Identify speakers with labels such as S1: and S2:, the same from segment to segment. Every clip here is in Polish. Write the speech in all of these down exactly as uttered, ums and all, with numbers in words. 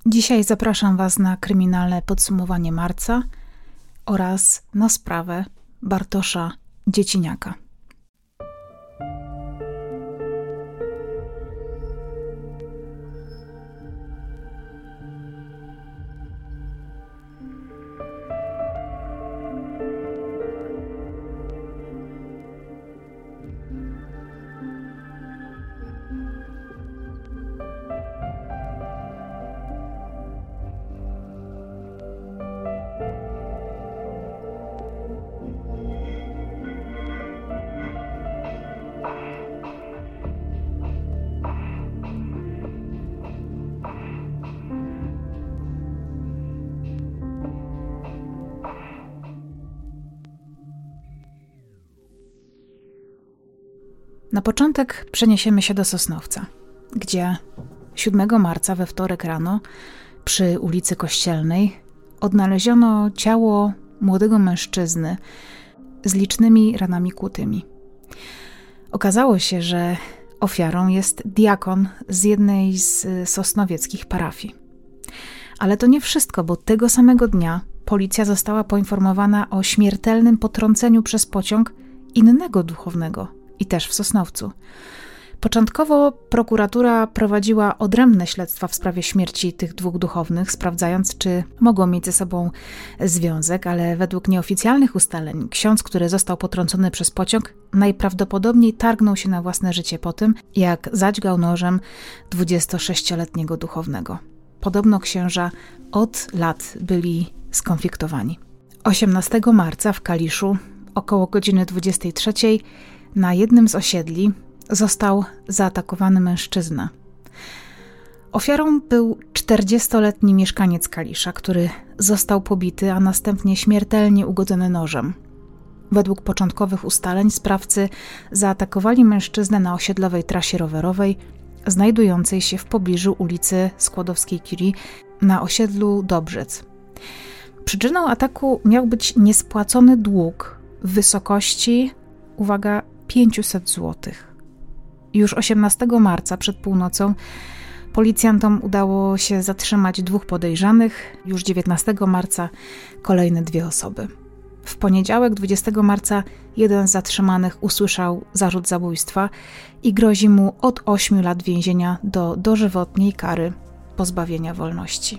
S1: Dzisiaj zapraszam Was na kryminalne podsumowanie marca oraz na sprawę Bartosza Dzieciniaka. Na początek przeniesiemy się do Sosnowca, gdzie siódmego marca we wtorek rano przy ulicy Kościelnej odnaleziono ciało młodego mężczyzny z licznymi ranami kłutymi. Okazało się, że ofiarą jest diakon z jednej z sosnowieckich parafii. Ale to nie wszystko, bo tego samego dnia policja została poinformowana o śmiertelnym potrąceniu przez pociąg innego duchownego, i też w Sosnowcu. Początkowo prokuratura prowadziła odrębne śledztwa w sprawie śmierci tych dwóch duchownych, sprawdzając, czy mogą mieć ze sobą związek, ale według nieoficjalnych ustaleń ksiądz, który został potrącony przez pociąg, najprawdopodobniej targnął się na własne życie po tym, jak zadźgał nożem dwudziestosześcioletniego duchownego. Podobno księża od lat byli skonfliktowani. osiemnastego marca w Kaliszu około godziny dwudziestej trzeciej na jednym z osiedli został zaatakowany mężczyzna. Ofiarą był czterdziestoletni mieszkaniec Kalisza, który został pobity, a następnie śmiertelnie ugodzony nożem. Według początkowych ustaleń sprawcy zaatakowali mężczyznę na osiedlowej trasie rowerowej znajdującej się w pobliżu ulicy Skłodowskiej-Curie na osiedlu Dobrzec. Przyczyną ataku miał być niespłacony dług w wysokości, uwaga, pięćset złotych. Już osiemnastego marca przed północą policjantom udało się zatrzymać dwóch podejrzanych, już dziewiętnastego marca kolejne dwie osoby. W poniedziałek dwudziestego marca jeden z zatrzymanych usłyszał zarzut zabójstwa i grozi mu od ośmiu lat więzienia do dożywotniej kary pozbawienia wolności.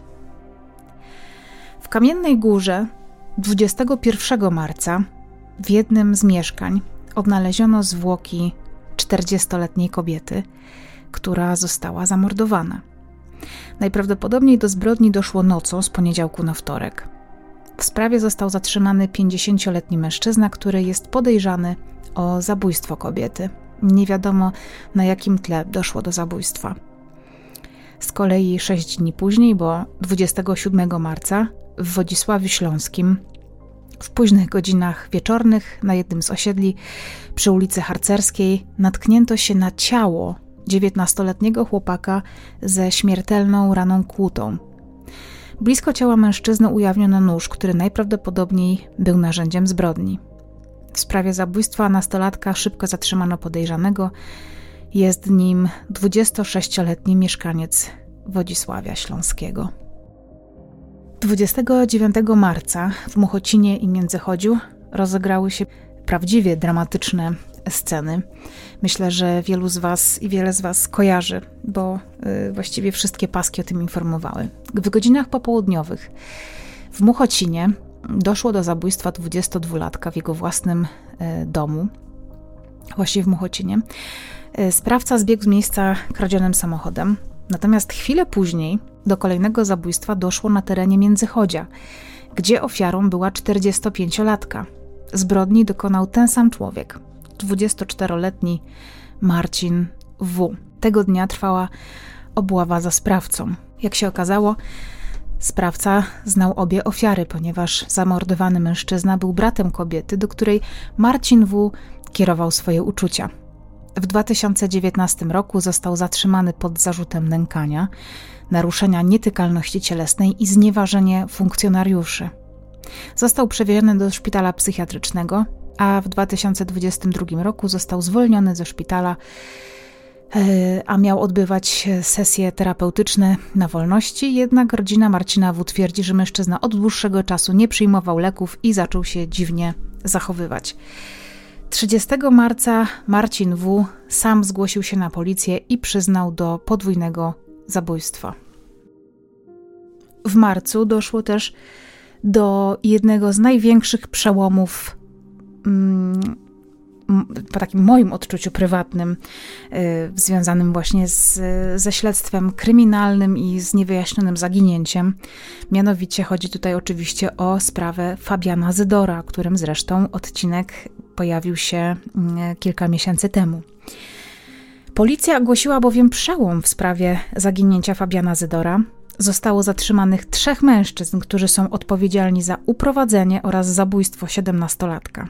S1: W Kamiennej Górze dwudziestego pierwszego marca w jednym z mieszkań odnaleziono zwłoki czterdziestoletniej kobiety, która została zamordowana. Najprawdopodobniej do zbrodni doszło nocą z poniedziałku na wtorek. W sprawie został zatrzymany pięćdziesięcioletni mężczyzna, który jest podejrzany o zabójstwo kobiety. Nie wiadomo, na jakim tle doszło do zabójstwa. Z kolei sześć dni później, bo dwudziestego siódmego marca w Wodzisławiu Śląskim w późnych godzinach wieczornych na jednym z osiedli przy ulicy Harcerskiej natknięto się na ciało dziewiętnastoletniego chłopaka ze śmiertelną raną kłutą. Blisko ciała mężczyzny ujawniono nóż, który najprawdopodobniej był narzędziem zbrodni. W sprawie zabójstwa nastolatka szybko zatrzymano podejrzanego. Jest nim dwudziestosześcioletni mieszkaniec Wodzisławia Śląskiego. dwudziestego dziewiątego marca w Muchocinie i Międzychodziu rozegrały się prawdziwie dramatyczne sceny. Myślę, że wielu z Was i wiele z Was kojarzy, bo y, właściwie wszystkie paski o tym informowały. W godzinach popołudniowych w Muchocinie doszło do zabójstwa dwudziestodwulatka w jego własnym y, domu, właśnie w Muchocinie. Y, sprawca zbiegł z miejsca kradzionym samochodem. Natomiast chwilę później do kolejnego zabójstwa doszło na terenie Międzychodzia, gdzie ofiarą była czterdziestopięciolatka. Zbrodni dokonał ten sam człowiek, dwudziestoczteroletni Marcin W. Tego dnia trwała obława za sprawcą. Jak się okazało, sprawca znał obie ofiary, ponieważ zamordowany mężczyzna był bratem kobiety, do której Marcin W. kierował swoje uczucia. W dwa tysiące dziewiętnastym roku został zatrzymany pod zarzutem nękania, naruszenia nietykalności cielesnej i znieważenia funkcjonariuszy. Został przewieziony do szpitala psychiatrycznego, a w dwa tysiące dwudziestym drugim roku został zwolniony ze szpitala a miał odbywać sesje terapeutyczne na wolności, jednak rodzina Marcina W. twierdzi, że mężczyzna od dłuższego czasu nie przyjmował leków i zaczął się dziwnie zachowywać. trzydziestego marca Marcin W. sam zgłosił się na policję i przyznał do podwójnego zabójstwa. W marcu doszło też do jednego z największych przełomów po takim moim odczuciu prywatnym, yy, związanym właśnie z, ze śledztwem kryminalnym i z niewyjaśnionym zaginięciem. Mianowicie chodzi tutaj oczywiście o sprawę Fabiana Zydora, o którym zresztą odcinek pojawił się yy, kilka miesięcy temu. Policja ogłosiła bowiem przełom w sprawie zaginięcia Fabiana Zydora. Zostało zatrzymanych trzech mężczyzn, którzy są odpowiedzialni za uprowadzenie oraz zabójstwo siedemnastolatka.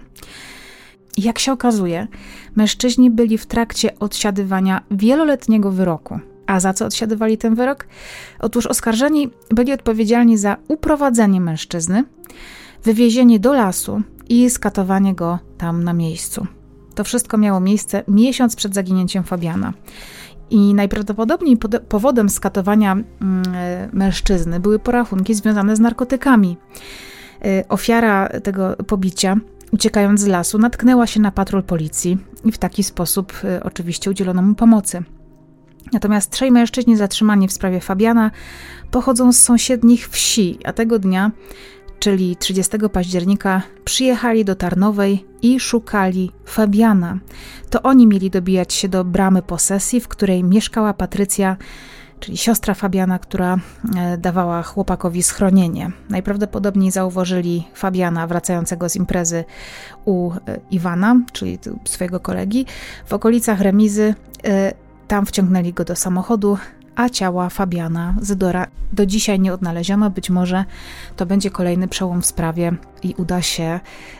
S1: Jak się okazuje, mężczyźni byli w trakcie odsiadywania wieloletniego wyroku. A za co odsiadywali ten wyrok? Otóż oskarżeni byli odpowiedzialni za uprowadzenie mężczyzny, wywiezienie do lasu i skatowanie go tam na miejscu. To wszystko miało miejsce miesiąc przed zaginięciem Fabiana. I najprawdopodobniej pod- powodem skatowania mm, mężczyzny były porachunki związane z narkotykami. Y, ofiara tego pobicia, uciekając z lasu, natknęła się na patrol policji i w taki sposób y, oczywiście udzielono mu pomocy. Natomiast trzej mężczyźni zatrzymani w sprawie Fabiana pochodzą z sąsiednich wsi, a tego dnia, czyli trzydziestego października, przyjechali do Tarnowej i szukali Fabiana. To oni mieli dobijać się do bramy posesji, w której mieszkała Patrycja, czyli siostra Fabiana, która dawała chłopakowi schronienie. Najprawdopodobniej zauważyli Fabiana wracającego z imprezy u Iwana, czyli swojego kolegi, w okolicach remizy. Tam wciągnęli go do samochodu, a ciała Fabiana Zydora do dzisiaj nie odnaleziono. Być może to będzie kolejny przełom w sprawie i uda się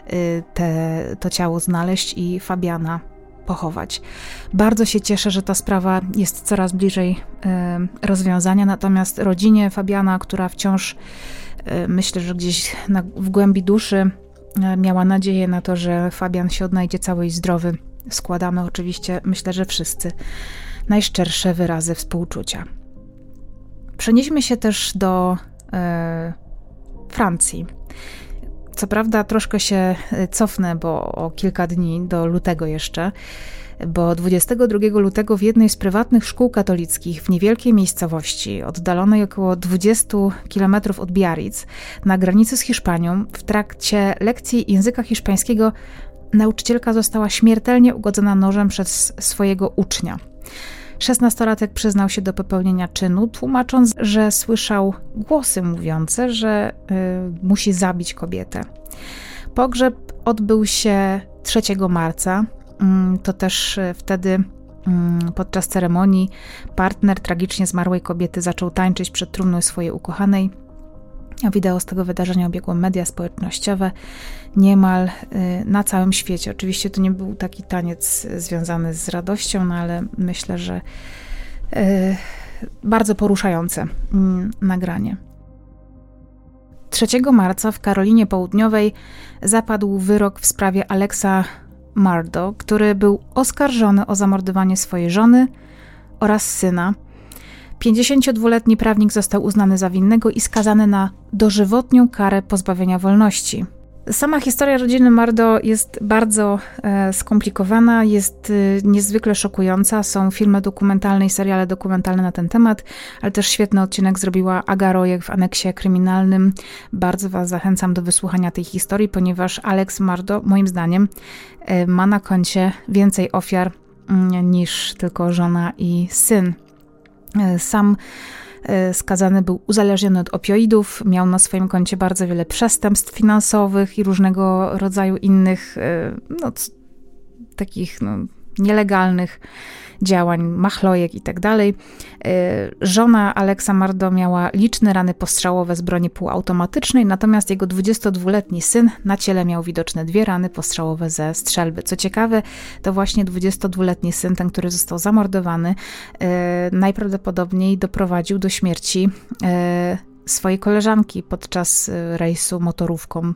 S1: te, to ciało znaleźć i Fabiana pochować. Bardzo się cieszę, że ta sprawa jest coraz bliżej y, rozwiązania, natomiast rodzinie Fabiana, która wciąż y, myślę, że gdzieś na, w głębi duszy y, miała nadzieję na to, że Fabian się odnajdzie cały i zdrowy, składamy oczywiście, myślę, że wszyscy, najszczersze wyrazy współczucia. Przenieśmy się też do y, Francji. Co prawda troszkę się cofnę, bo o kilka dni, do lutego jeszcze, bo dwudziestego drugiego lutego w jednej z prywatnych szkół katolickich w niewielkiej miejscowości, oddalonej około dwadzieścia kilometrów od Biarritz, na granicy z Hiszpanią, w trakcie lekcji języka hiszpańskiego nauczycielka została śmiertelnie ugodzona nożem przez swojego ucznia. Szesnastolatek przyznał się do popełnienia czynu, tłumacząc, że słyszał głosy mówiące, że y, musi zabić kobietę. Pogrzeb odbył się trzeciego marca. Y, to też y, wtedy y, podczas ceremonii partner tragicznie zmarłej kobiety zaczął tańczyć przed trumną swojej ukochanej. Wideo z tego wydarzenia obiegło media społecznościowe niemal na całym świecie. Oczywiście to nie był taki taniec związany z radością, no ale myślę, że bardzo poruszające nagranie. trzeciego marca w Karolinie Południowej zapadł wyrok w sprawie Alexa Murdaugh, który był oskarżony o zamordowanie swojej żony oraz syna. pięćdziesięciodwuletni prawnik został uznany za winnego i skazany na dożywotnią karę pozbawienia wolności. Sama historia rodziny Murdaugh jest bardzo e, skomplikowana, jest e, niezwykle szokująca. Są filmy dokumentalne i seriale dokumentalne na ten temat, ale też świetny odcinek zrobiła Aga Rojek w Aneksie Kryminalnym. Bardzo Was zachęcam do wysłuchania tej historii, ponieważ Alex Murdaugh, moim zdaniem, e, ma na koncie więcej ofiar m, niż tylko żona i syn. Sam skazany był uzależniony od opioidów, miał na swoim koncie bardzo wiele przestępstw finansowych i różnego rodzaju innych, no, takich no, nielegalnych działań, machlojek i tak dalej. Żona Alexa Murdaugh miała liczne rany postrzałowe z broni półautomatycznej, natomiast jego dwudziestodwuletni syn na ciele miał widoczne dwie rany postrzałowe ze strzelby. Co ciekawe, to właśnie dwudziestodwuletni syn, ten, który został zamordowany, najprawdopodobniej doprowadził do śmierci swojej koleżanki podczas rejsu motorówką.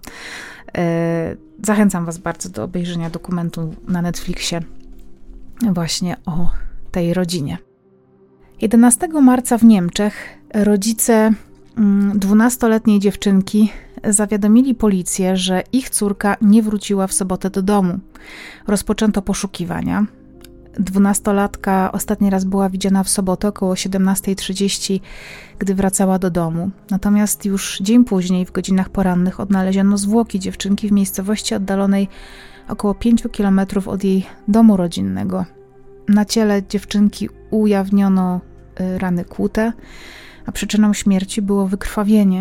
S1: Zachęcam Was bardzo do obejrzenia dokumentu na Netflixie właśnie o tej rodzinie. jedenastego marca w Niemczech rodzice dwunastoletniej dziewczynki zawiadomili policję, że ich córka nie wróciła w sobotę do domu. Rozpoczęto poszukiwania. Dwunastolatka ostatni raz była widziana w sobotę około siedemnasta trzydzieści, gdy wracała do domu. Natomiast już dzień później, w godzinach porannych, odnaleziono zwłoki dziewczynki w miejscowości oddalonej około pięciu kilometrów od jej domu rodzinnego. Na ciele dziewczynki ujawniono rany kłute, a przyczyną śmierci było wykrwawienie.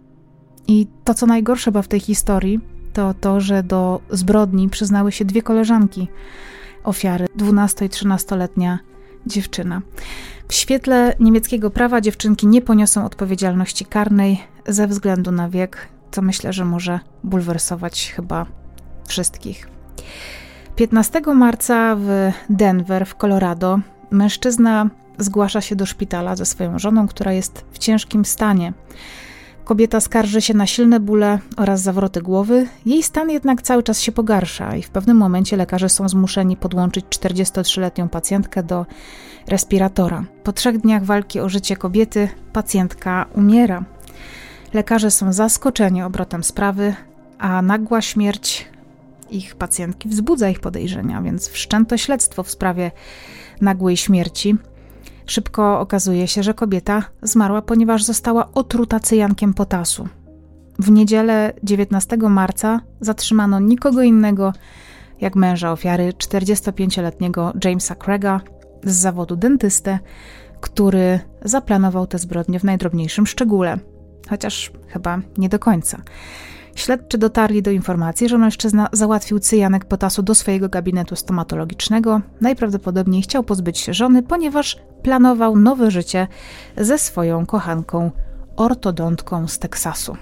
S1: I to, co najgorsze chyba w tej historii, to to, że do zbrodni przyznały się dwie koleżanki ofiary, dwunasto- i trzynastoletnia dziewczyna. W świetle niemieckiego prawa dziewczynki nie poniosą odpowiedzialności karnej ze względu na wiek, co myślę, że może bulwersować chyba wszystkich. piętnastego marca w Denver w Colorado mężczyzna zgłasza się do szpitala ze swoją żoną, która jest w ciężkim stanie. Kobieta skarży się na silne bóle oraz zawroty głowy. Jej stan jednak cały czas się pogarsza i w pewnym momencie lekarze są zmuszeni podłączyć czterdziestotrzyletnią pacjentkę do respiratora. Po trzech dniach walki o życie kobiety pacjentka umiera. Lekarze są zaskoczeni obrotem sprawy, a nagła śmierć ich pacjentki wzbudza ich podejrzenia, więc wszczęto śledztwo w sprawie nagłej śmierci. Szybko okazuje się, że kobieta zmarła, ponieważ została otruta cyjankiem potasu. W niedzielę dziewiętnastego marca zatrzymano nikogo innego jak męża ofiary, czterdziestopięcioletniego Jamesa Craiga z zawodu dentystę, który zaplanował tę zbrodnię w najdrobniejszym szczególe, chociaż chyba nie do końca. Śledczy dotarli do informacji, że mężczyzna załatwił cyjanek potasu do swojego gabinetu stomatologicznego. Najprawdopodobniej chciał pozbyć się żony, ponieważ planował nowe życie ze swoją kochanką, ortodontką z Teksasu.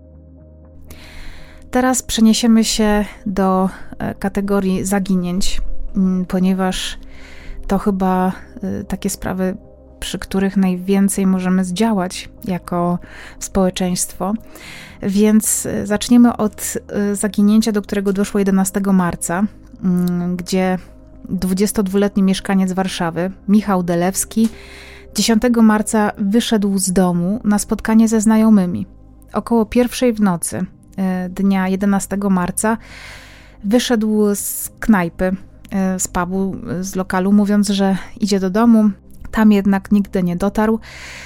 S1: Teraz przeniesiemy się do kategorii zaginięć, ponieważ to chyba takie sprawy, przy których najwięcej możemy zdziałać jako społeczeństwo. Więc zaczniemy od zaginięcia, do którego doszło jedenastego marca, gdzie dwudziestodwuletni mieszkaniec Warszawy, Michał Delewski, dziesiątego marca wyszedł z domu na spotkanie ze znajomymi. Około pierwszej w nocy dnia jedenastego marca wyszedł z knajpy, z pubu, z lokalu, mówiąc, że idzie do domu. Tam jednak nigdy nie dotarł.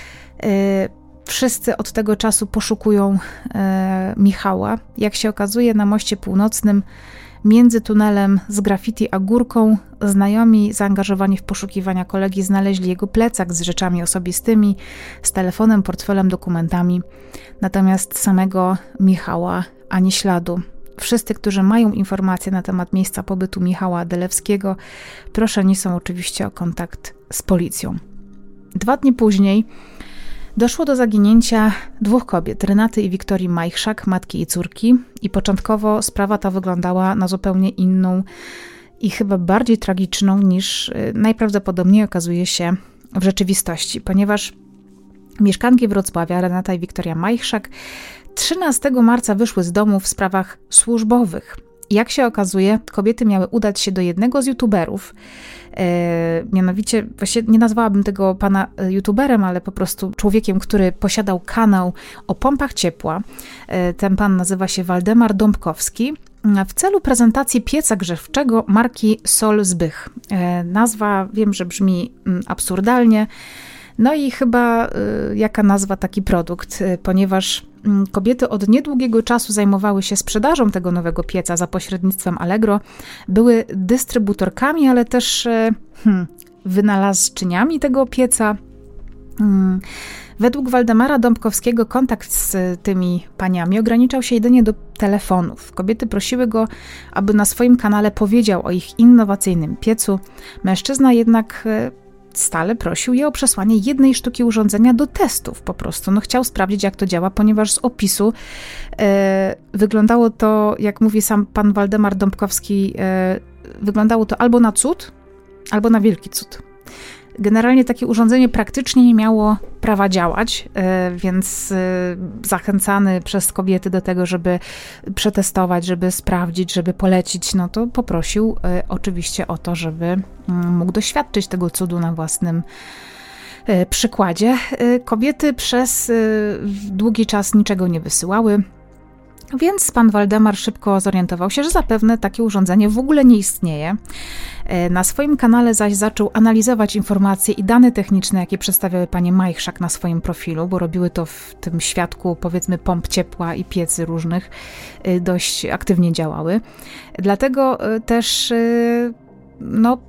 S1: Wszyscy od tego czasu poszukują e, Michała. Jak się okazuje, na moście północnym między tunelem z graffiti a górką znajomi zaangażowani w poszukiwania kolegi znaleźli jego plecak z rzeczami osobistymi, z telefonem, portfelem, dokumentami. Natomiast samego Michała ani śladu. Wszyscy, którzy mają informacje na temat miejsca pobytu Michała Delewskiego, proszeni są oczywiście o kontakt z policją. Dwa dni później doszło do zaginięcia dwóch kobiet, Renaty i Wiktorii Majchrzak, matki i córki. I początkowo sprawa ta wyglądała na zupełnie inną i chyba bardziej tragiczną niż najprawdopodobniej okazuje się w rzeczywistości, ponieważ mieszkanki Wrocławia, Renata i Wiktoria Majchrzak, trzynastego marca wyszły z domu w sprawach służbowych. Jak się okazuje, kobiety miały udać się do jednego z youtuberów, e, mianowicie, właściwie nie nazwałabym tego pana youtuberem, ale po prostu człowiekiem, który posiadał kanał o pompach ciepła. E, ten pan nazywa się Waldemar Dąbkowski, w celu prezentacji pieca grzewczego marki Sol Zbych. E, nazwa, wiem, że brzmi mm, absurdalnie, no i chyba y, jaka nazwa taki produkt, y, ponieważ y, kobiety od niedługiego czasu zajmowały się sprzedażą tego nowego pieca za pośrednictwem Allegro, były dystrybutorkami, ale też y, hmm, wynalazczyniami tego pieca. Y, według Waldemara Dąbkowskiego kontakt z tymi paniami ograniczał się jedynie do telefonów. Kobiety prosiły go, aby na swoim kanale powiedział o ich innowacyjnym piecu. Mężczyzna jednak y, stale prosił je o przesłanie jednej sztuki urządzenia do testów po prostu. No, chciał sprawdzić, jak to działa, ponieważ z opisu e, wyglądało to, jak mówi sam pan Waldemar Dąbkowski, e, wyglądało to albo na cud, albo na wielki cud. Generalnie takie urządzenie praktycznie nie miało prawa działać, więc zachęcany przez kobiety do tego, żeby przetestować, żeby sprawdzić, żeby polecić, no to poprosił oczywiście o to, żeby mógł doświadczyć tego cudu na własnym przykładzie. Kobiety przez długi czas niczego nie wysyłały, więc pan Waldemar szybko zorientował się, że zapewne takie urządzenie w ogóle nie istnieje. Na swoim kanale zaś zaczął analizować informacje i dane techniczne, jakie przedstawiały panie Majchrzak na swoim profilu, bo robiły to w tym świadku, powiedzmy, pomp ciepła i piecy różnych, dość aktywnie działały. Dlatego też no,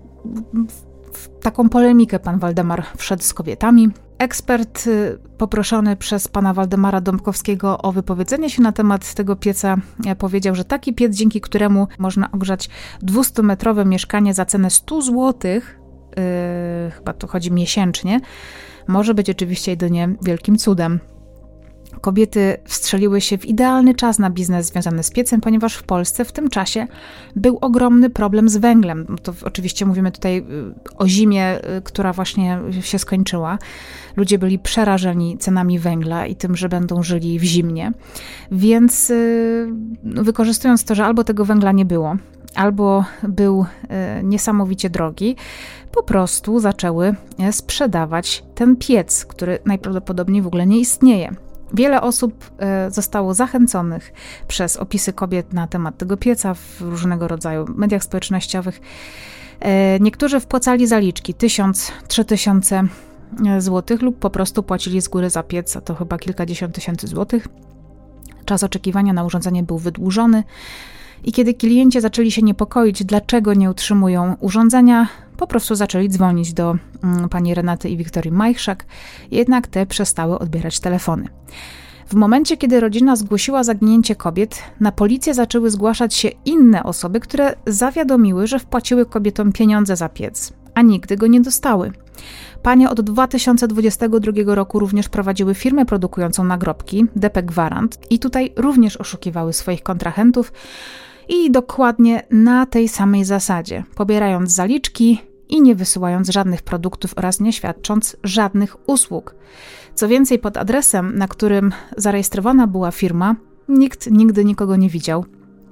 S1: w taką polemikę pan Waldemar wszedł z kobietami. Ekspert poproszony przez pana Waldemara Dąbkowskiego o wypowiedzenie się na temat tego pieca powiedział, że taki piec, dzięki któremu można ogrzać dwustumetrowe mieszkanie za cenę sto złotych, yy, chyba to chodzi miesięcznie, może być oczywiście jedynie wielkim cudem. Kobiety wstrzeliły się w idealny czas na biznes związany z piecem, ponieważ w Polsce w tym czasie był ogromny problem z węglem. To oczywiście mówimy tutaj o zimie, która właśnie się skończyła. Ludzie byli przerażeni cenami węgla i tym, że będą żyli w zimnie. Więc no, wykorzystując to, że albo tego węgla nie było, albo był niesamowicie drogi, po prostu zaczęły sprzedawać ten piec, który najprawdopodobniej w ogóle nie istnieje. Wiele osób zostało zachęconych przez opisy kobiet na temat tego pieca w różnego rodzaju mediach społecznościowych. Niektórzy wpłacali zaliczki tysiąc, trzy tysiące złotych lub po prostu płacili z góry za piec, a to chyba kilkadziesiąt tysięcy złotych. Czas oczekiwania na urządzenie był wydłużony i kiedy klienci zaczęli się niepokoić, dlaczego nie utrzymują urządzenia, po prostu zaczęli dzwonić do mm, pani Renaty i Wiktorii Majchrzak, jednak te przestały odbierać telefony. W momencie, kiedy rodzina zgłosiła zaginięcie kobiet, na policję zaczęły zgłaszać się inne osoby, które zawiadomiły, że wpłaciły kobietom pieniądze za piec, a nigdy go nie dostały. Panie od dwa tysiące dwudziestego drugiego roku również prowadziły firmę produkującą nagrobki, D P Gwarant, i tutaj również oszukiwały swoich kontrahentów i dokładnie na tej samej zasadzie, pobierając zaliczki i nie wysyłając żadnych produktów oraz nie świadcząc żadnych usług. Co więcej, pod adresem, na którym zarejestrowana była firma, nikt nigdy nikogo nie widział.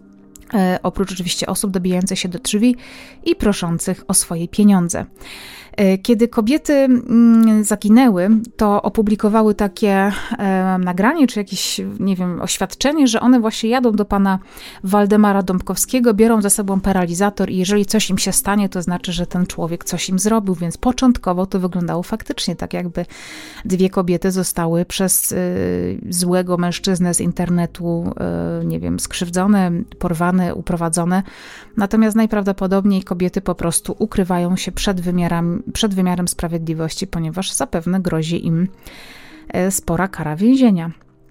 S1: E, oprócz oczywiście osób dobijających się do drzwi i proszących o swoje pieniądze. E, kiedy kobiety mm, zaginęły, to opublikowały takie e, nagranie, czy jakieś, nie wiem, oświadczenie, że one właśnie jadą do pana Waldemara Dąbkowskiego, biorą ze sobą paralizator i jeżeli coś im się stanie, to znaczy, że ten człowiek coś im zrobił, więc początkowo to wyglądało faktycznie tak, jakby dwie kobiety zostały przez e, złego mężczyznę z internetu, e, nie wiem, skrzywdzone, porwane, uprowadzone. Natomiast najprawdopodobniej kobiety po prostu ukrywają się przed wymiarem, przed wymiarem sprawiedliwości, ponieważ zapewne grozi im spora kara więzienia.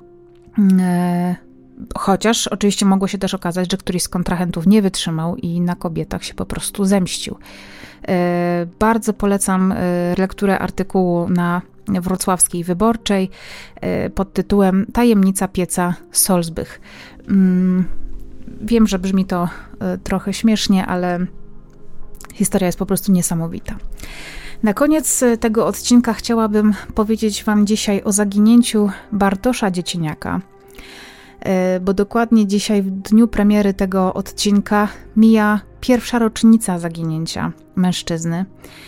S1: Chociaż oczywiście mogło się też okazać, że któryś z kontrahentów nie wytrzymał i na kobietach się po prostu zemścił. Bardzo polecam lekturę artykułu na Wrocławskiej Wyborczej pod tytułem Tajemnica pieca Solsbych. Wiem, że brzmi to trochę śmiesznie, ale historia jest po prostu niesamowita. Na koniec tego odcinka chciałabym powiedzieć wam dzisiaj o zaginięciu Bartosza Dziecieniaka, bo dokładnie dzisiaj w dniu premiery tego odcinka mija pierwsza rocznica zaginięcia mężczyzny.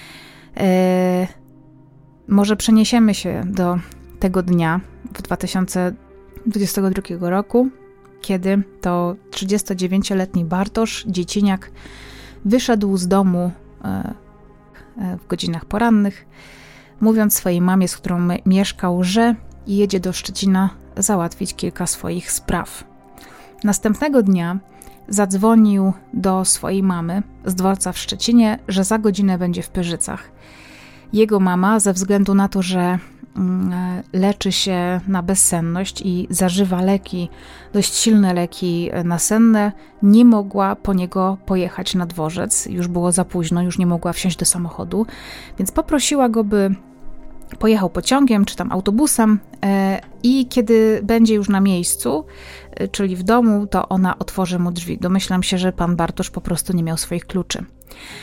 S1: Może przeniesiemy się do tego dnia w dwa tysiące dwudziestego drugiego roku, kiedy to trzydziestodziewięcioletni Bartosz Dziecieniak wyszedł z domu w godzinach porannych, mówiąc swojej mamie, z którą mieszkał, że jedzie do Szczecina załatwić kilka swoich spraw. Następnego dnia zadzwonił do swojej mamy z dworca w Szczecinie, że za godzinę będzie w Pyrzycach. Jego mama, ze względu na to, że leczy się na bezsenność i zażywa leki, dość silne leki nasenne, nie mogła po niego pojechać na dworzec. Już było za późno, już nie mogła wsiąść do samochodu, więc poprosiła go, by pojechał pociągiem czy tam autobusem i kiedy będzie już na miejscu, czyli w domu, to ona otworzy mu drzwi. Domyślam się, że pan Bartosz po prostu nie miał swoich kluczy.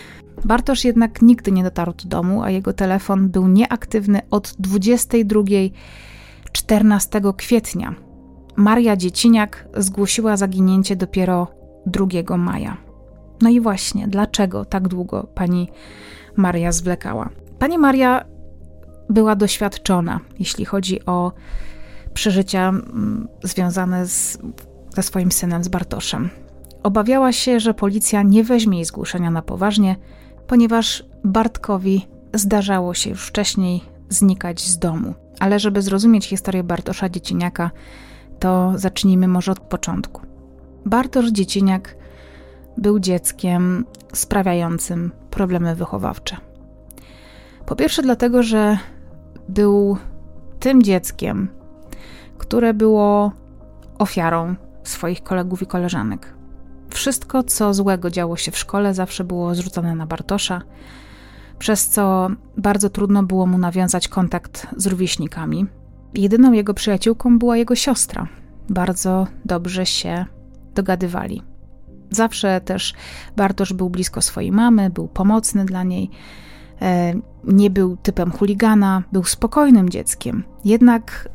S1: Bartosz jednak nigdy nie dotarł do domu, a jego telefon był nieaktywny od dwudziestej drugiej czternastego kwietnia. Maria Dzieciniak zgłosiła zaginięcie dopiero drugiego maja. No i właśnie, dlaczego tak długo pani Maria zwlekała? Pani Maria była doświadczona, jeśli chodzi o przeżycia związane z, ze swoim synem, z Bartoszem. Obawiała się, że policja nie weźmie jej zgłoszenia na poważnie, ponieważ Bartkowi zdarzało się już wcześniej znikać z domu. Ale żeby zrozumieć historię Bartosza Dzieciniaka, to zacznijmy może od początku. Bartosz Dzieciniak był dzieckiem sprawiającym problemy wychowawcze. Po pierwsze dlatego, że był tym dzieckiem, które było ofiarą swoich kolegów i koleżanek. Wszystko, co złego działo się w szkole, zawsze było zrzucone na Bartosza, przez co bardzo trudno było mu nawiązać kontakt z rówieśnikami. Jedyną jego przyjaciółką była jego siostra. Bardzo dobrze się dogadywali. Zawsze też Bartosz był blisko swojej mamy, był pomocny dla niej, nie był typem chuligana, był spokojnym dzieckiem. Jednak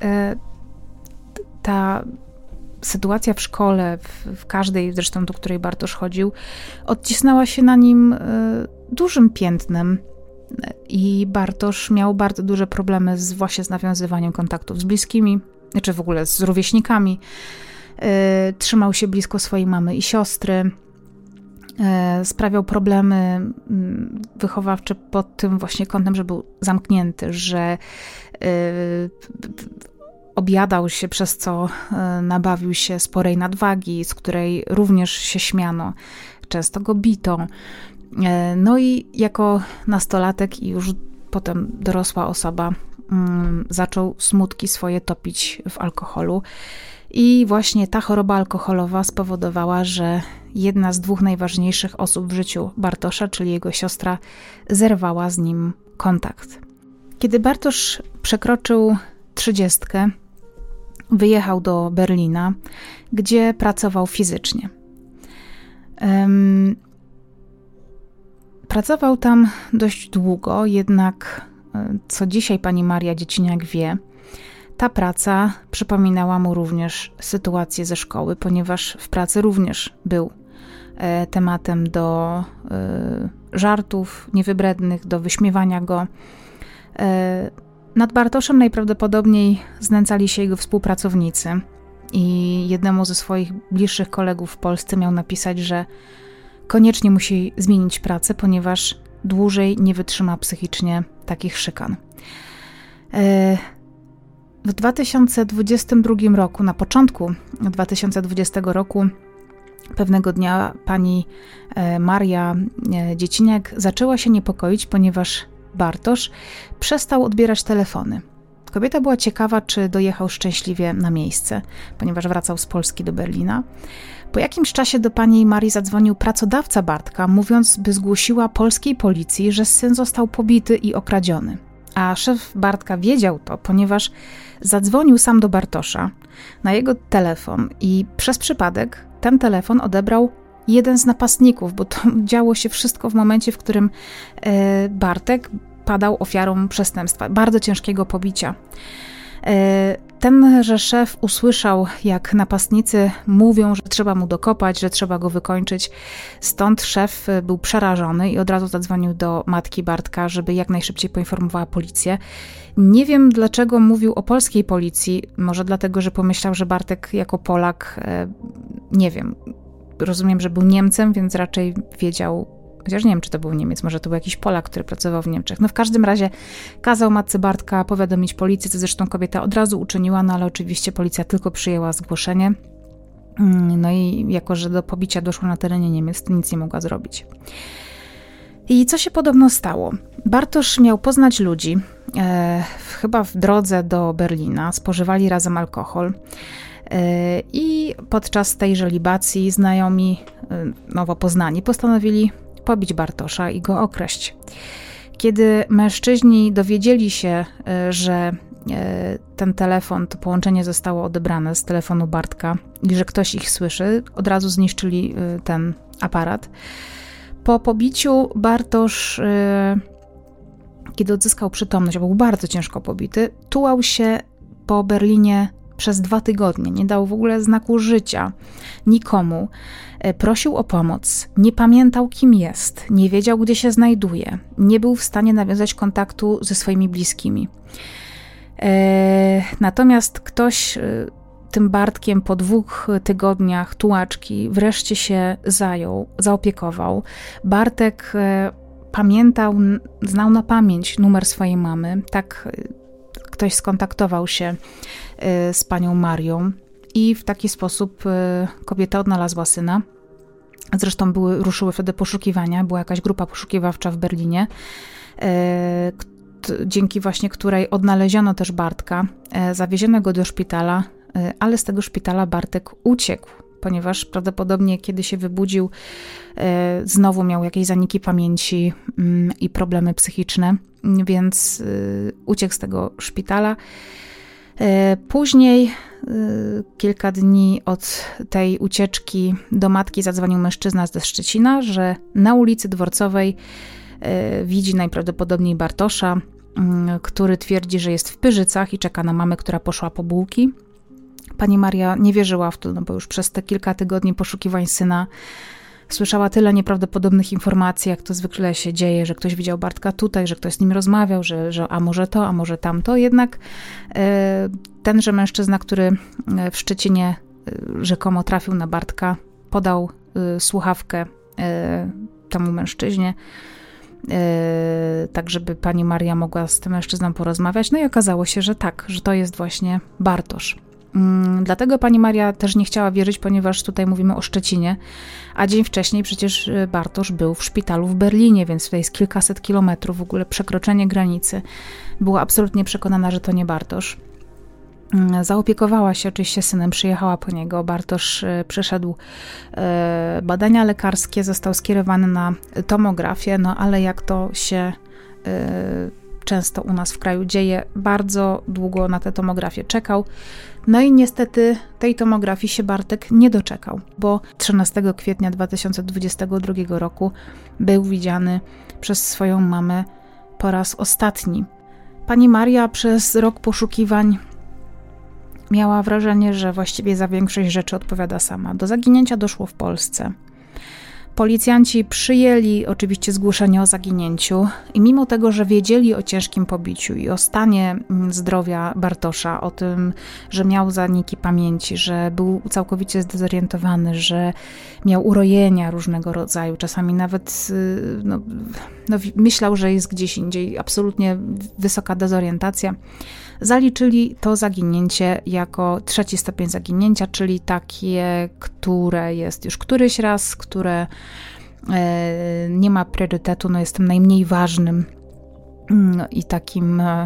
S1: ta sytuacja w szkole, w, w każdej zresztą, do której Bartosz chodził, odcisnęła się na nim dużym piętnem i Bartosz miał bardzo duże problemy z, właśnie z nawiązywaniem kontaktów z bliskimi, czy w ogóle z rówieśnikami. Trzymał się blisko swojej mamy i siostry. Sprawiał problemy wychowawcze pod tym właśnie kątem, że był zamknięty, że objadał się, przez co nabawił się sporej nadwagi, z której również się śmiano. Często go bito. No i jako nastolatek i już potem dorosła osoba zaczął smutki swoje topić w alkoholu. I właśnie ta choroba alkoholowa spowodowała, że jedna z dwóch najważniejszych osób w życiu Bartosza, czyli jego siostra, zerwała z nim kontakt. Kiedy Bartosz przekroczył trzydziestkę, wyjechał do Berlina, gdzie pracował fizycznie. Um, pracował tam dość długo, jednak co dzisiaj pani Maria Dzieciniak wie, ta praca przypominała mu również sytuację ze szkoły, ponieważ w pracy również był e, tematem do e, żartów niewybrednych, do wyśmiewania go. E, nad Bartoszem najprawdopodobniej znęcali się jego współpracownicy i jednemu ze swoich bliższych kolegów w Polsce miał napisać, że koniecznie musi zmienić pracę, ponieważ dłużej nie wytrzyma psychicznie takich szykan. E, W dwa tysiące dwudziestym drugim roku, na początku dwa tysiące dwudziestego roku, pewnego dnia pani Maria Dzieciniak zaczęła się niepokoić, ponieważ Bartosz przestał odbierać telefony. Kobieta była ciekawa, czy dojechał szczęśliwie na miejsce, ponieważ wracał z Polski do Berlina. Po jakimś czasie do pani Marii zadzwonił pracodawca Bartka, mówiąc, by zgłosiła polskiej policji, że syn został pobity i okradziony. A szef Bartka wiedział to, ponieważ zadzwonił sam do Bartosza na jego telefon i przez przypadek ten telefon odebrał jeden z napastników, bo to działo się wszystko w momencie, w którym Bartek padał ofiarą przestępstwa, bardzo ciężkiego pobicia. Tenże szef usłyszał, jak napastnicy mówią, że trzeba mu dokopać, że trzeba go wykończyć. Stąd szef był przerażony i od razu zadzwonił do matki Bartka, żeby jak najszybciej poinformowała policję. Nie wiem, dlaczego mówił o polskiej policji. Może dlatego, że pomyślał, że Bartek jako Polak, nie wiem, rozumiem, że był Niemcem, więc raczej wiedział, chociaż nie wiem, czy to był Niemiec, może to był jakiś Polak, który pracował w Niemczech. No w każdym razie kazał matce Bartka powiadomić policję, co zresztą kobieta od razu uczyniła, no ale oczywiście policja tylko przyjęła zgłoszenie. No i jako, że do pobicia doszło na terenie Niemiec, to nic nie mogła zrobić. I co się podobno stało? Bartosz miał poznać ludzi, e, chyba w drodze do Berlina, spożywali razem alkohol. I podczas tejże libacji znajomi, nowo poznani, postanowili pobić Bartosza i go okraść. Kiedy mężczyźni dowiedzieli się, że ten telefon, to połączenie zostało odebrane z telefonu Bartka i że ktoś ich słyszy, od razu zniszczyli ten aparat. Po pobiciu Bartosz, kiedy odzyskał przytomność, był bardzo ciężko pobity, tułał się po Berlinie przez dwa tygodnie. Nie dał w ogóle znaku życia nikomu. Prosił o pomoc. Nie pamiętał, kim jest. Nie wiedział, gdzie się znajduje. Nie był w stanie nawiązać kontaktu ze swoimi bliskimi. Natomiast ktoś tym Bartkiem po dwóch tygodniach tułaczki wreszcie się zajął, zaopiekował. Bartek pamiętał, znał na pamięć numer swojej mamy. Tak ktoś skontaktował się z panią Marią i w taki sposób kobieta odnalazła syna. Zresztą były, ruszyły wtedy poszukiwania, była jakaś grupa poszukiwawcza w Berlinie, dzięki właśnie której odnaleziono też Bartka, zawieziono go do szpitala, ale z tego szpitala Bartek uciekł, ponieważ prawdopodobnie kiedy się wybudził, znowu miał jakieś zaniki pamięci i problemy psychiczne, więc uciekł z tego szpitala. Później, kilka dni od tej ucieczki, do matki zadzwonił mężczyzna ze Szczecina, że na ulicy Dworcowej widzi najprawdopodobniej Bartosza, który twierdzi, że jest w Pyrzycach i czeka na mamę, która poszła po bułki. Pani Maria nie wierzyła w to, no bo już przez te kilka tygodni poszukiwań syna słyszała tyle nieprawdopodobnych informacji, jak to zwykle się dzieje, że ktoś widział Bartka tutaj, że ktoś z nim rozmawiał, że, że a może to, a może tamto. Jednak e, tenże mężczyzna, który w Szczecinie rzekomo trafił na Bartka, podał e, słuchawkę e, temu mężczyźnie, e, tak żeby pani Maria mogła z tym mężczyzną porozmawiać. No i okazało się, że tak, że to jest właśnie Bartosz. Dlatego pani Maria też nie chciała wierzyć, ponieważ tutaj mówimy o Szczecinie, a dzień wcześniej przecież Bartosz był w szpitalu w Berlinie, więc to jest kilkaset kilometrów, w ogóle przekroczenie granicy. Była absolutnie przekonana, że to nie Bartosz. Zaopiekowała się oczywiście synem, przyjechała po niego. Bartosz przeszedł badania lekarskie, został skierowany na tomografię, no ale jak to się często u nas w kraju dzieje, bardzo długo na tę tomografię czekał. No i niestety tej tomografii się Bartek nie doczekał, bo trzynastego kwietnia dwa tysiące dwudziestego drugiego roku był widziany przez swoją mamę po raz ostatni. Pani Maria przez rok poszukiwań miała wrażenie, że właściwie za większość rzeczy odpowiada sama. Do zaginięcia doszło w Polsce. Policjanci przyjęli oczywiście zgłoszenie o zaginięciu i mimo tego, że wiedzieli o ciężkim pobiciu i o stanie zdrowia Bartosza, o tym, że miał zaniki pamięci, że był całkowicie zdezorientowany, że miał urojenia różnego rodzaju, czasami nawet no, no, myślał, że jest gdzieś indziej, absolutnie wysoka dezorientacja, zaliczyli to zaginięcie jako trzeci stopień zaginięcia, czyli takie, które jest już któryś raz, które e, nie ma priorytetu, no jest tym najmniej ważnym no i takim, e,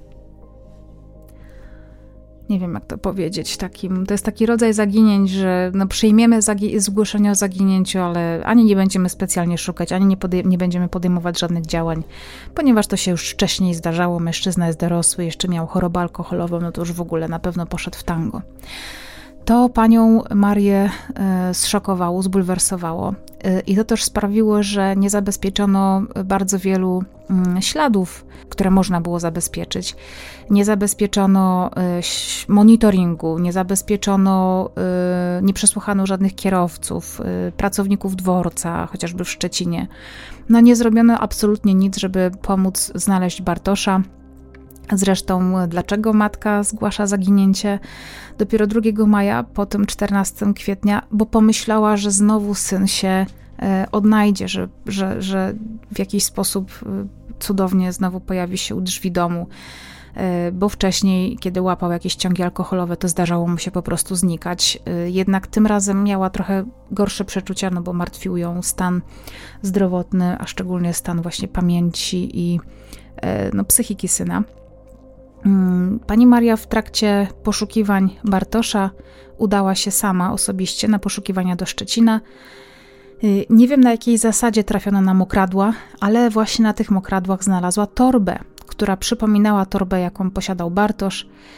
S1: nie wiem jak to powiedzieć, takim, to jest taki rodzaj zaginięć, że no przyjmiemy zagi- zgłoszenie o zaginięciu, ale ani nie będziemy specjalnie szukać, ani nie, podej- nie będziemy podejmować żadnych działań, ponieważ to się już wcześniej zdarzało, mężczyzna jest dorosły, jeszcze miał chorobę alkoholową, no to już w ogóle na pewno poszedł w tango. To panią Marię e, zszokowało, zbulwersowało e, i to też sprawiło, że nie zabezpieczono bardzo wielu mm, śladów, które można było zabezpieczyć. Nie zabezpieczono e, monitoringu, nie zabezpieczono, e, nie przesłuchano żadnych kierowców, e, pracowników dworca, chociażby w Szczecinie. No nie zrobiono absolutnie nic, żeby pomóc znaleźć Bartosza. Zresztą dlaczego matka zgłasza zaginięcie dopiero drugiego maja, potem czternastego kwietnia? Bo pomyślała, że znowu syn się odnajdzie, że, że, że w jakiś sposób cudownie znowu pojawi się u drzwi domu, bo wcześniej, kiedy łapał jakieś ciągi alkoholowe, to zdarzało mu się po prostu znikać. Jednak tym razem miała trochę gorsze przeczucia, no bo martwił ją stan zdrowotny, a szczególnie stan właśnie pamięci i no, psychiki syna. Pani Maria w trakcie poszukiwań Bartosza udała się sama osobiście na poszukiwania do Szczecina. Nie wiem, na jakiej zasadzie trafiono na mokradła, ale właśnie na tych mokradłach znalazła torbę, która przypominała torbę, jaką posiadał Bartosz.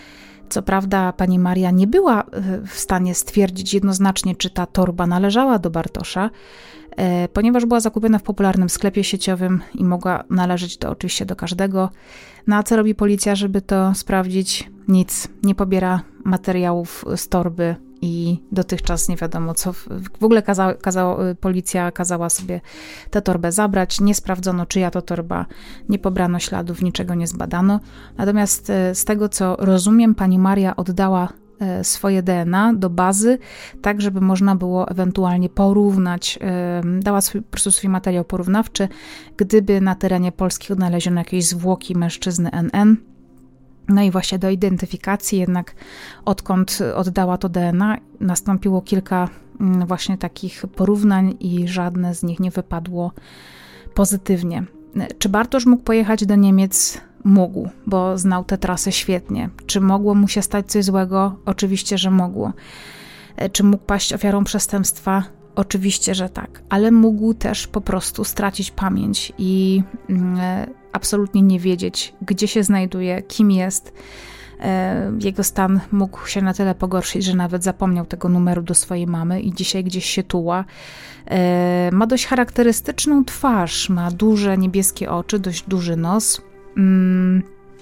S1: Co prawda pani Maria nie była w stanie stwierdzić jednoznacznie, czy ta torba należała do Bartosza, ponieważ była zakupiona w popularnym sklepie sieciowym i mogła należeć to oczywiście do każdego. No a co robi policja, żeby to sprawdzić? Nic. Nie pobiera materiałów z torby i dotychczas nie wiadomo co. W ogóle kaza, kaza, policja kazała sobie tę torbę zabrać. Nie sprawdzono, czyja to torba. Nie pobrano śladów, niczego nie zbadano. Natomiast z tego, co rozumiem, pani Maria oddała swoje D N A do bazy, tak żeby można było ewentualnie porównać, dała swój, po prostu swój materiał porównawczy, gdyby na terenie Polski odnaleziono jakieś zwłoki mężczyzny N N. No i właśnie do identyfikacji, jednak odkąd oddała to D N A, nastąpiło kilka właśnie takich porównań i żadne z nich nie wypadło pozytywnie. Czy Bartosz mógł pojechać do Niemiec? Mógł, bo znał tę trasę świetnie. Czy mogło mu się stać coś złego? Oczywiście, że mogło. Czy mógł paść ofiarą przestępstwa? Oczywiście, że tak. Ale mógł też po prostu stracić pamięć i e, absolutnie nie wiedzieć, gdzie się znajduje, kim jest. E, jego stan mógł się na tyle pogorszyć, że nawet zapomniał tego numeru do swojej mamy i dzisiaj gdzieś się tuła. E, ma dość charakterystyczną twarz, ma duże niebieskie oczy, dość duży nos. Mm,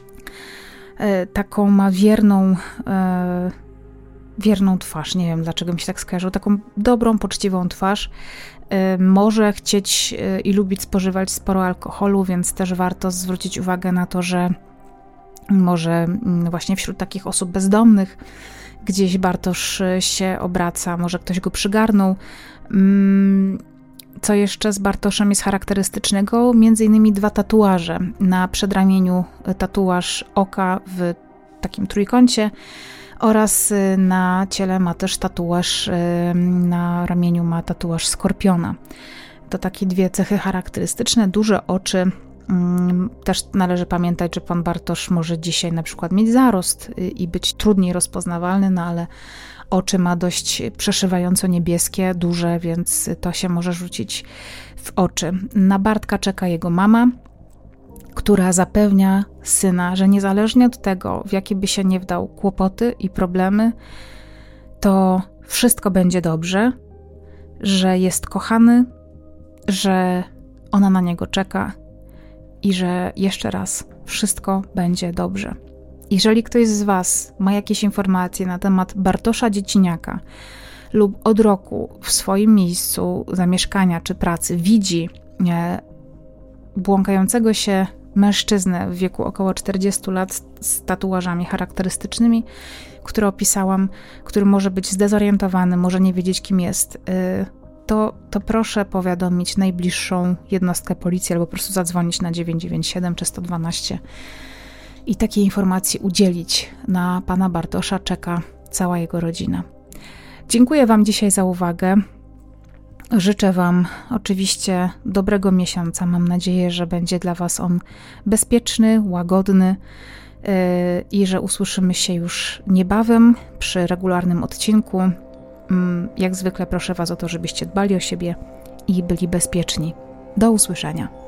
S1: e, taką ma wierną e, wierną twarz, nie wiem dlaczego mi się tak skojarzyło, taką dobrą, poczciwą twarz. E, może chcieć e, i lubić spożywać sporo alkoholu, więc też warto zwrócić uwagę na to, że może m, właśnie wśród takich osób bezdomnych gdzieś Bartosz się obraca, może ktoś go przygarnął. Mm, Co jeszcze z Bartoszem jest charakterystycznego? Między innymi dwa tatuaże. Na przedramieniu tatuaż oka w takim trójkącie oraz na ciele ma też tatuaż, na ramieniu ma tatuaż skorpiona. To takie dwie cechy charakterystyczne, duże oczy. Też należy pamiętać, że pan Bartosz może dzisiaj na przykład mieć zarost i być trudniej rozpoznawalny, no ale oczy ma dość przeszywająco niebieskie, duże, więc to się może rzucić w oczy. Na Bartka czeka jego mama, która zapewnia syna, że niezależnie od tego, w jakie by się nie wdał kłopoty i problemy, to wszystko będzie dobrze, że jest kochany, że ona na niego czeka i że jeszcze raz wszystko będzie dobrze. Jeżeli ktoś z Was ma jakieś informacje na temat Bartosza Dzieciniaka lub od roku w swoim miejscu zamieszkania czy pracy widzi błąkającego się mężczyznę w wieku około czterdziestu lat z tatuażami charakterystycznymi, które opisałam, który może być zdezorientowany, może nie wiedzieć, kim jest, to, to proszę powiadomić najbliższą jednostkę policji albo po prostu zadzwonić na dziewięć dziewięć siedem czy sto dwanaście i takiej informacji udzielić. Na pana Bartosza czeka cała jego rodzina. Dziękuję Wam dzisiaj za uwagę. Życzę Wam oczywiście dobrego miesiąca. Mam nadzieję, że będzie dla Was on bezpieczny, łagodny yy, i że usłyszymy się już niebawem przy regularnym odcinku. Yy, jak zwykle proszę Was o to, żebyście dbali o siebie i byli bezpieczni. Do usłyszenia.